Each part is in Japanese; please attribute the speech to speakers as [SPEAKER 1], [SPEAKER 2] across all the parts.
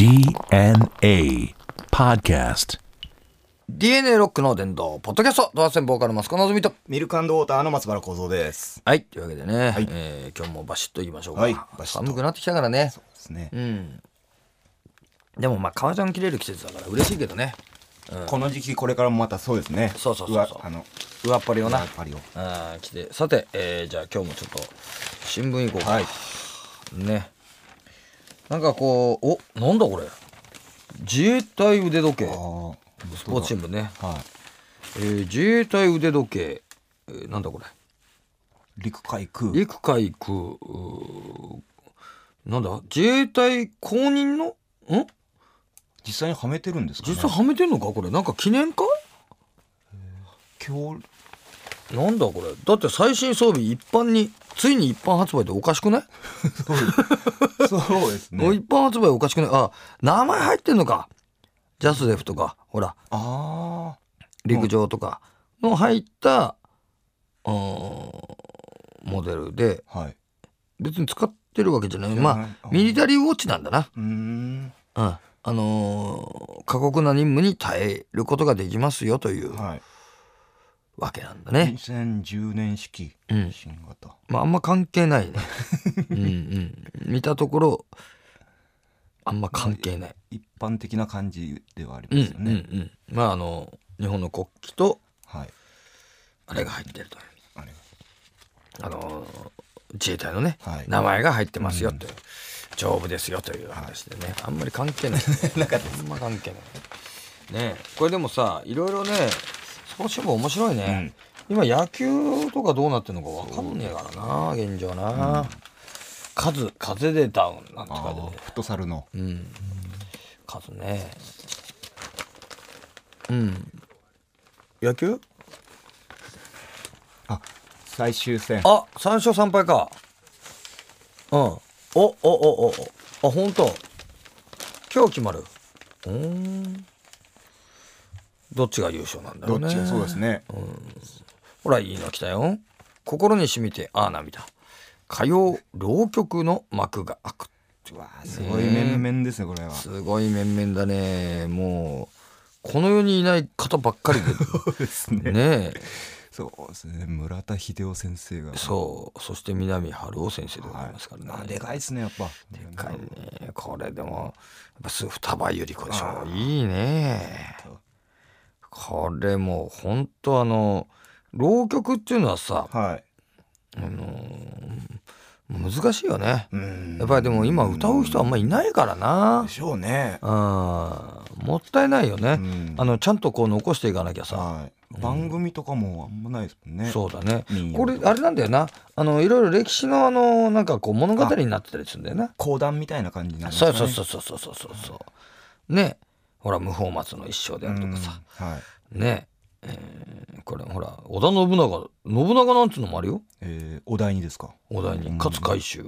[SPEAKER 1] DNA Podcast.
[SPEAKER 2] DNA ロックの殿堂ポッドキャストドアセンボーカルマスコのぞみと
[SPEAKER 3] ミルクウォーターの松原幸三です。
[SPEAKER 2] はいというわけでね、
[SPEAKER 3] はい
[SPEAKER 2] 今日もバシッといきましょうか、
[SPEAKER 3] はいバシッと
[SPEAKER 2] 寒くなってきたからね。
[SPEAKER 3] そうですね。
[SPEAKER 2] でもまあ革ジャン着れる季節だから嬉しいけどね。
[SPEAKER 3] この時期これからもまたそうですね。
[SPEAKER 2] そう上っ張りをな
[SPEAKER 3] パリを。
[SPEAKER 2] 着てさて、じゃあ今日もちょっと新聞行こうか、
[SPEAKER 3] はい。
[SPEAKER 2] ねなんかこうなんだこれ自衛隊腕時計スポーツ新聞ね、
[SPEAKER 3] は
[SPEAKER 2] 自衛隊腕時計、なんだこれ
[SPEAKER 3] い。陸海空。
[SPEAKER 2] 陸海空なんだ自衛隊公認の
[SPEAKER 3] 実際にはめてるんですかね。
[SPEAKER 2] 実際はめてんのかこれなんか記念か
[SPEAKER 3] 今日
[SPEAKER 2] なんだこれだって最新装備ついに一般発売っておかしくない
[SPEAKER 3] そうですね。
[SPEAKER 2] 一般発売おかしくない名前入ってんのかジャスデフとかほら
[SPEAKER 3] あ
[SPEAKER 2] 陸上とかの入ったモデルで
[SPEAKER 3] あ。はい。
[SPEAKER 2] 別に使ってるわけじゃない
[SPEAKER 3] じゃない
[SPEAKER 2] ミリタリーウォッチなんだな過酷な任務に耐えることができますよという
[SPEAKER 3] はい。
[SPEAKER 2] わけなんだね。
[SPEAKER 3] 2010年式新型。
[SPEAKER 2] あんま関係ないね見たところあんま関係ない
[SPEAKER 3] 一般的な感じではありますよね。
[SPEAKER 2] 日本の国旗と
[SPEAKER 3] はい。
[SPEAKER 2] あれが入ってるという
[SPEAKER 3] あれ。
[SPEAKER 2] 自衛隊のね、
[SPEAKER 3] はい
[SPEAKER 2] 名前が入ってますよという丈夫ですよという話でねあんまり関係ないあんま関係ないね。これでもさいろいろねスポーツ新聞面白いね、今野球とかどうなってるのか分かんねえからな現状な、風でダウンなんて書いてね
[SPEAKER 3] フットサルの。
[SPEAKER 2] 数ね野球
[SPEAKER 3] 最終戦。
[SPEAKER 2] 3勝3敗か本当今日決まるどっちが優勝なんだろうね。
[SPEAKER 3] どっちがそうですね。
[SPEAKER 2] ほらいいの来たよ。心に染みて涙火曜浪曲の幕が開く。
[SPEAKER 3] うわすごい面々ですねこれは。
[SPEAKER 2] すごい面々だね。もうこの世にいない方ばっかりで
[SPEAKER 3] そうですね。
[SPEAKER 2] ね
[SPEAKER 3] そうですね。村田秀夫先生が。
[SPEAKER 2] そして南春夫先生でございますからね、
[SPEAKER 3] でかいですねやっぱ。
[SPEAKER 2] でかいねこれでもやっぱ双葉百合子でしょ。いいねこれもうほんと浪曲っていうのはさ
[SPEAKER 3] はい。
[SPEAKER 2] 難しいよね。やっぱりでも今歌う人あんまいないからな
[SPEAKER 3] で。しょうね。
[SPEAKER 2] もったいないよね。ちゃんとこう残していかなきゃさ。
[SPEAKER 3] はい。番組とかもあんまないですもんね。
[SPEAKER 2] そうだね
[SPEAKER 3] 民謡
[SPEAKER 2] これあれなんだよな。いろいろ歴史のなんかこう物語になってたりするんだよな。
[SPEAKER 3] 講談みたいな感じになるんです
[SPEAKER 2] そう
[SPEAKER 3] かね。
[SPEAKER 2] そうねほら無法松の一生であるとかさ
[SPEAKER 3] はい。
[SPEAKER 2] ねこれほら織田信長なんつうのもあるよ。
[SPEAKER 3] お題にですか。
[SPEAKER 2] お題に勝海舟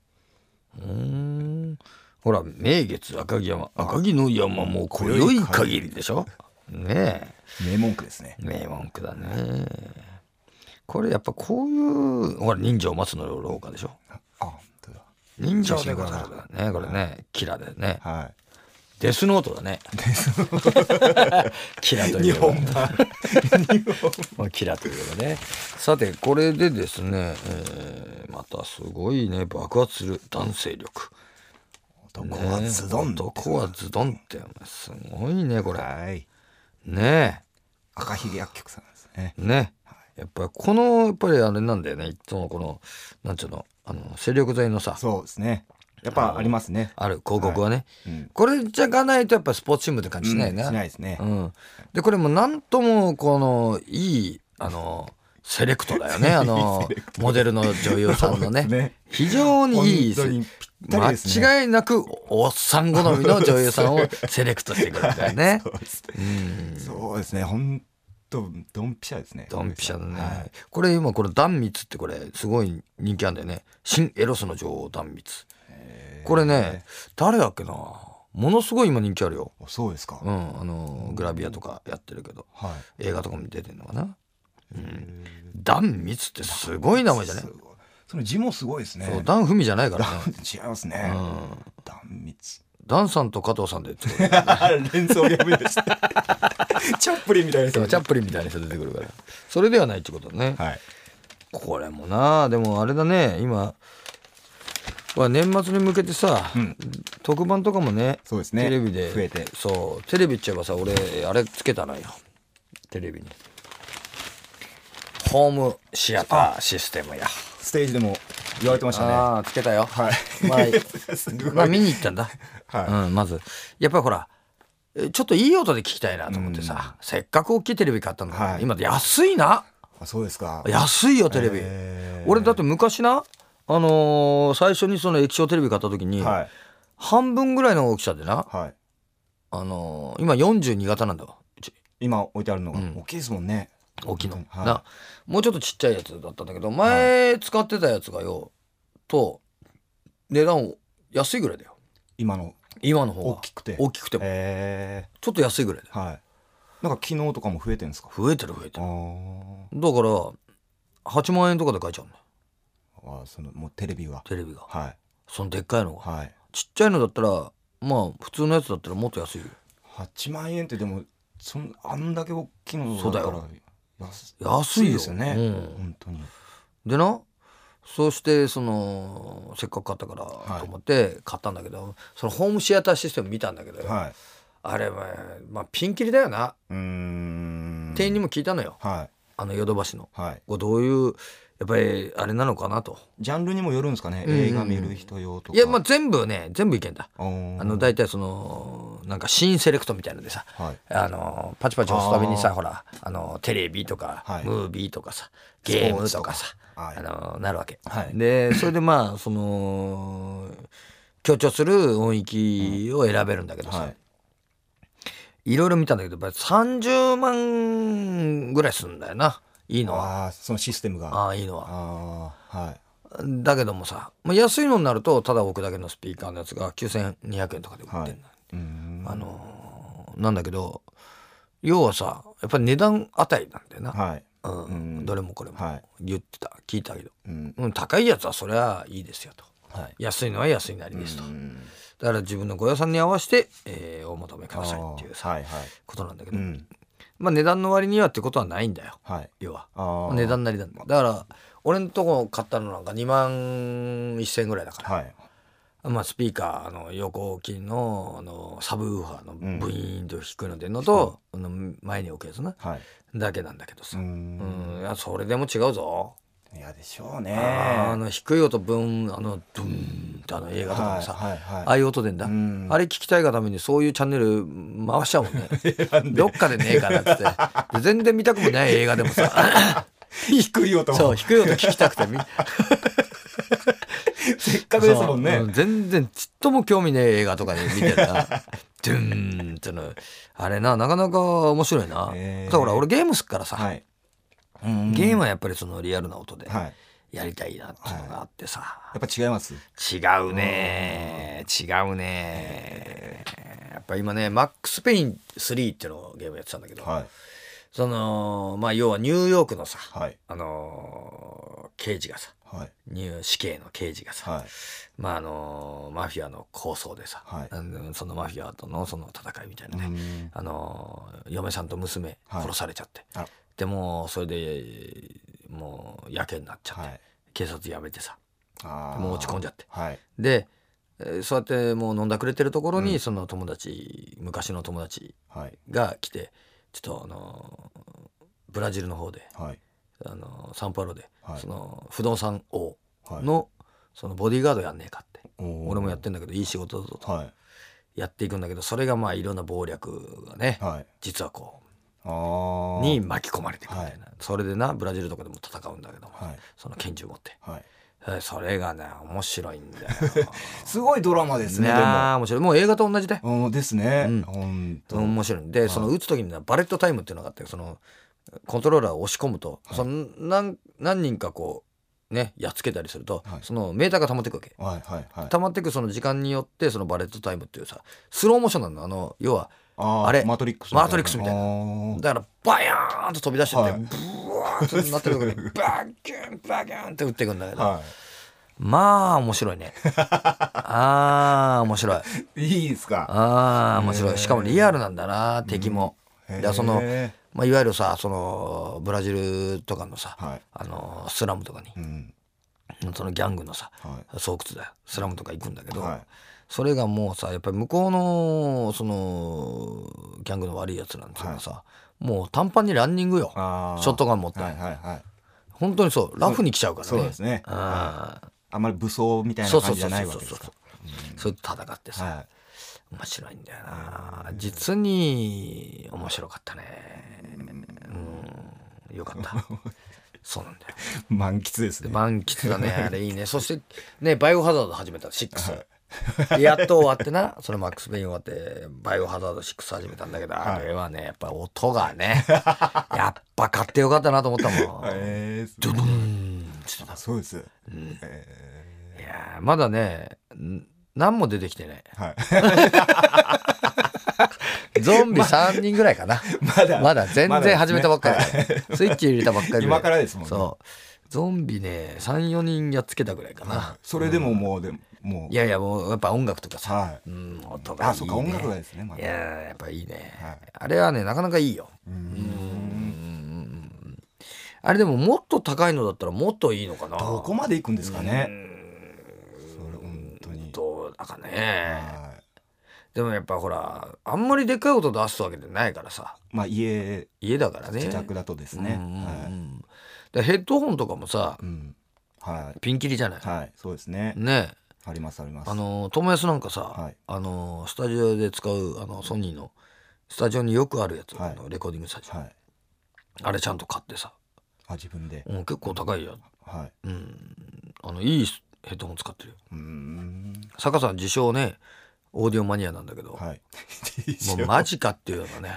[SPEAKER 2] ほら名月赤城の山も今宵限りでしょね
[SPEAKER 3] 名文句ですね。
[SPEAKER 2] 名文句だね。これやっぱこういうほら人情松の廊下でしょ。
[SPEAKER 3] 本当だ。
[SPEAKER 2] 人情でござるねこれねキラでね
[SPEAKER 3] は
[SPEAKER 2] デスノートだねキラという
[SPEAKER 3] 日本版。
[SPEAKER 2] キラというかね。さてこれでですね、またすごいね爆発する男性力。
[SPEAKER 3] 男はズドン。
[SPEAKER 2] 男はズドンってすごいねこれ。
[SPEAKER 3] はい。
[SPEAKER 2] ね
[SPEAKER 3] 赤ひげ薬局さんですね。
[SPEAKER 2] やっぱりやっぱりあれなんだよねいつもこのなんちゅうの精力剤のさ
[SPEAKER 3] そうですね。やっぱありますね。
[SPEAKER 2] ある広告はね、
[SPEAKER 3] うん
[SPEAKER 2] これじゃがないとやっぱスポーツ新聞って感じしないね、
[SPEAKER 3] しないですね。
[SPEAKER 2] でこれもなんともこのいいセレクトだよねモデルの女優さんのね
[SPEAKER 3] そうですね
[SPEAKER 2] 非常にいい
[SPEAKER 3] 本当にぴったりですね。
[SPEAKER 2] 間違いなくおっさん好みの女優さんをセレクトしてくるんだよね
[SPEAKER 3] そうですね。本当ドンピシャですね。
[SPEAKER 2] ドンピシャだね、
[SPEAKER 3] はい。
[SPEAKER 2] これ今これ壇蜜ってこれすごい人気あんだよね。新エロスの女王壇蜜これね誰だっけなものすごい今人気あるよ。
[SPEAKER 3] そうですか。
[SPEAKER 2] グラビアとかやってるけど
[SPEAKER 3] はい。
[SPEAKER 2] 映画とかも出てんのかな。壇蜜ってすごい名前じゃね。
[SPEAKER 3] すごいその字もすごいですね。
[SPEAKER 2] そう段踏みじゃないからね
[SPEAKER 3] 違いますね。断蜜。
[SPEAKER 2] ダンさんと加藤さんでって
[SPEAKER 3] 連想ゲームでしたチャップリンみたいな人
[SPEAKER 2] チャップリンみたいな人出てくるからそれではないってことね、
[SPEAKER 3] はい、
[SPEAKER 2] これもなでもあれだね今年末に向けてさ、特番とかもね
[SPEAKER 3] そうですね
[SPEAKER 2] テレビで
[SPEAKER 3] 増えて
[SPEAKER 2] そうテレビっちゃえばさ俺あれつけたのよテレビにホームシアターシステムや
[SPEAKER 3] ステージでも言われてましたね。
[SPEAKER 2] ああつけたよ、
[SPEAKER 3] はい
[SPEAKER 2] まあ見に行ったんだ、
[SPEAKER 3] はい
[SPEAKER 2] まずやっぱりほらちょっといい音で聞きたいなと思ってさ、せっかく大きいテレビ買ったんだから、今安いな。
[SPEAKER 3] あ、そうですか。
[SPEAKER 2] 安いよテレビ、俺だって昔な最初にその液晶テレビ買った時に、半分ぐらいの大きさでな、今42型なんだわうち。
[SPEAKER 3] 今置いてあるのが大きいですもんね、
[SPEAKER 2] 大きいの、なもうちょっとちっちゃいやつだったんだけど前使ってたやつがよと値段安いぐらいだよ。今の方が大きくてもちょっと安いぐらいだよ。
[SPEAKER 3] なんか機能とかも増えてるんですか？
[SPEAKER 2] 増えてるだから8万円とかで買えちゃうんだよ。
[SPEAKER 3] そのもうテレビが
[SPEAKER 2] そのでっかいのが、ちっちゃいのだったらまあ普通のやつだったらもっと安いよ。
[SPEAKER 3] 8万円ってでもあんだけ大きいのだったら
[SPEAKER 2] 安い
[SPEAKER 3] ですよね、本当に。
[SPEAKER 2] でなそうしてせっかく買ったからと思って買ったんだけど、そのホームシアターシステム見たんだけど、あれはまあピンキリだよな。店員にも聞いたのよ、ヨドバシの、これどういうやっぱりあれなのかなと。
[SPEAKER 3] ジャンルにもよるんですかね、映画見る人用とか。
[SPEAKER 2] いやまあ全部いけんだ。だいたいなんかシーンセレクトみたいのでさ、パチパチ押すたびにさほらテレビとか、ムービーとかさゲームとかさなるわけ、でそれでまあ強調する音域を選べるんだけどさ、いろいろ見たんだけどやっぱり30万ぐらいするんだよな。いいのは
[SPEAKER 3] そのシステムが
[SPEAKER 2] いいのはだけどもさ、安いのになるとただ置くだけのスピーカーのやつが9200円とかで売ってんだ、なんだけど要はさやっぱり値段あたりなんだよな、どれもこれも言ってた聞いたけど、高いやつはそりゃいいですよと、安いのは安いなりですと、だから自分のご予算に合わせて、お求めくださいっていうさ、ことなんだけど、まあ値段の割にはってことはないんだよ、要は値段なりなんだ。だから俺のとこ買ったのなんか2万1000円ぐらいだから、まあスピーカーの横置きのサブウーファーのブイーンと低いの出るのと、前に置くやつな、だけなんだけどさ、いやそれでも違うぞ。
[SPEAKER 3] いやでしょうね。
[SPEAKER 2] 低い音ドゥーンって映画とかもさ、ああいう音でんだ、あれ聞きたいがためにそういうチャンネル回しちゃうもんねどっかでねえかなっつって全然見たくもない映画でもさ
[SPEAKER 3] 低い音
[SPEAKER 2] そう低い音聞きたくて
[SPEAKER 3] せっかくですもんね。
[SPEAKER 2] 全然ちっとも興味ねえ映画とかで見てるなドゥーンってのあれなかなか面白いな。だから俺ゲームすっからさ、ゲームはやっぱりそのリアルな音でやりたいなっていうのがあってさ、
[SPEAKER 3] やっぱ違います？
[SPEAKER 2] 違うねやっぱ今ねマックスペイン3っていうのをゲームやってたんだけど、まあ要はニューヨークのさ、刑事がさ、死刑の刑事がさ、まあマフィアの抗争でさ、そのマフィアとのその戦いみたいなね、嫁さんと娘殺されちゃって、でもそれでもうやけになっちゃって、警察辞めてさ、もう落ち込んじゃって、でそうやってもう飲んだくれてるところに、その昔の友達が来て、ちょっとブラジルの方で、サンパウロで、その不動産王のそのボディーガードやんねえかって、俺もやってんだけどいい仕事だぞと、やっていくんだけど、それがまあいろんな謀略がね、実はこうに巻き込まれていくみたいな、それでなブラジルとかでも戦うんだけども、その拳銃持って、それがね面白いんだよ
[SPEAKER 3] すごいドラマですね。でも
[SPEAKER 2] 面白い。もう映画と同じで
[SPEAKER 3] ですね、
[SPEAKER 2] 面白いんで、その撃つ時にバレットタイムっていうのがあって、そのコントローラーを押し込むと、その何人かこうねやっつけたりすると、そのメーターが溜まっていくわけ、溜まっていくその時間によって、そのバレットタイムっていうさスローモーションなの、要はあれ
[SPEAKER 3] マトリックス
[SPEAKER 2] みたいな、だからバヤーンと飛び出してって、ブワーッとなってるところにバキュンバキュンって打っていくんだけど、 まあ面白いね。あー面白い。
[SPEAKER 3] いいですか。
[SPEAKER 2] あー面白い。しかもリアルなんだな、敵も。だからその、まあ、いわゆるさ、そのブラジルとかのさ、
[SPEAKER 3] はい
[SPEAKER 2] スラムとかに、そのギャングのさ、
[SPEAKER 3] は
[SPEAKER 2] 巣窟だよ、スラムとか行くんだけど、
[SPEAKER 3] はい
[SPEAKER 2] それがもうさ、やっぱり向こうのそのギャングの悪いやつなんていうのはさ、もう短パンにランニングよ、
[SPEAKER 3] あー
[SPEAKER 2] ショットガン持って、
[SPEAKER 3] はいはいはい。
[SPEAKER 2] 本当にそうラフに来ちゃうからね。
[SPEAKER 3] そうですね。
[SPEAKER 2] あ
[SPEAKER 3] あんまり武装みたいな
[SPEAKER 2] そうそう
[SPEAKER 3] 感じじゃないわけですか。
[SPEAKER 2] それと戦ってさ、
[SPEAKER 3] は
[SPEAKER 2] 面白いんだよな。実に面白かったね。よかったそうなんだよ。
[SPEAKER 3] い。満喫ですね。
[SPEAKER 2] 満喫だね、あれいいね。そしてね、バイオハザード始めた6、でやっと終わってな、それマックス・ペイン終わってバイオハザード6始めたんだけど、あれはねやっぱ音がねやっぱ買ってよかったなと思ったもん。ドドンって
[SPEAKER 3] あ、そうです。
[SPEAKER 2] いやまだね何も出てきてない。ゾンビ3人ぐらいかな。まだ全然始めたばっかり、スイッチ入れたばっかり
[SPEAKER 3] 今からですもんね。
[SPEAKER 2] そうゾンビね 3,4 人やっつけたぐらいかな、
[SPEAKER 3] それでももうでも
[SPEAKER 2] いやいやもうやっぱ音楽とかさ、
[SPEAKER 3] はい。
[SPEAKER 2] 音がいいね。
[SPEAKER 3] あ、そうか、音楽がですね。まだ
[SPEAKER 2] いややっぱいいね、あれはねなかなかいいよ。あれでももっと高いのだったらもっといいのかな。
[SPEAKER 3] どこまで行くんですかね。それ本当に。
[SPEAKER 2] どうだかね。でもやっぱほらあんまりでっかい音出すわけじゃないからさ、
[SPEAKER 3] まあ家
[SPEAKER 2] だからね、
[SPEAKER 3] 自宅だとですね。
[SPEAKER 2] でヘッドホンとかもさ、
[SPEAKER 3] はい。
[SPEAKER 2] ピンキリじゃない。
[SPEAKER 3] はい、そうですね。
[SPEAKER 2] ね、
[SPEAKER 3] ありますあります。
[SPEAKER 2] 友安なんかさ、
[SPEAKER 3] はい
[SPEAKER 2] スタジオで使うソニーのスタジオによくあるやつ、
[SPEAKER 3] はい
[SPEAKER 2] レコーディングスタジオ、
[SPEAKER 3] はい。
[SPEAKER 2] あれちゃんと買ってさ、
[SPEAKER 3] あ、自分で。
[SPEAKER 2] 結構高いよ。
[SPEAKER 3] はい。
[SPEAKER 2] いいヘッドホン使ってるよ。坂さん自称ねオーディオマニアなんだけど、
[SPEAKER 3] はい。
[SPEAKER 2] もうマジかっていうような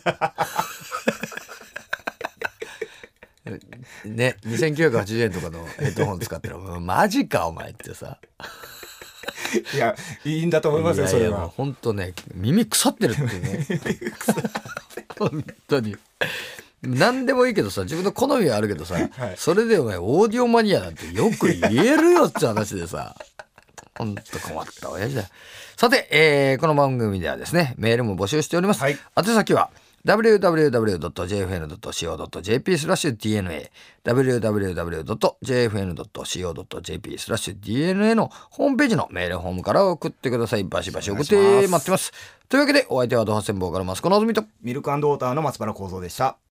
[SPEAKER 2] ねね2980円とかのヘッドホン使ってるのマジかお前ってさ
[SPEAKER 3] いや、いいんだと思いますよ、それは。
[SPEAKER 2] 本当ね耳腐ってるっていうね本当に何でもいいけどさ、自分の好みはあるけどさ、それでお前オーディオマニアなんてよく言えるよって話でさほんと困った親父だ。さて、この番組ではですねメールも募集しております、宛先はwww.jfn.co.jp/dna www.jfn.co.jp/dna のホームページのメールフォームから送ってください。バシバシ送って待ってます。というわけでお相手はドハセンボーカルマスコのぞみと
[SPEAKER 3] ミルクウォーターの松原幸三でした。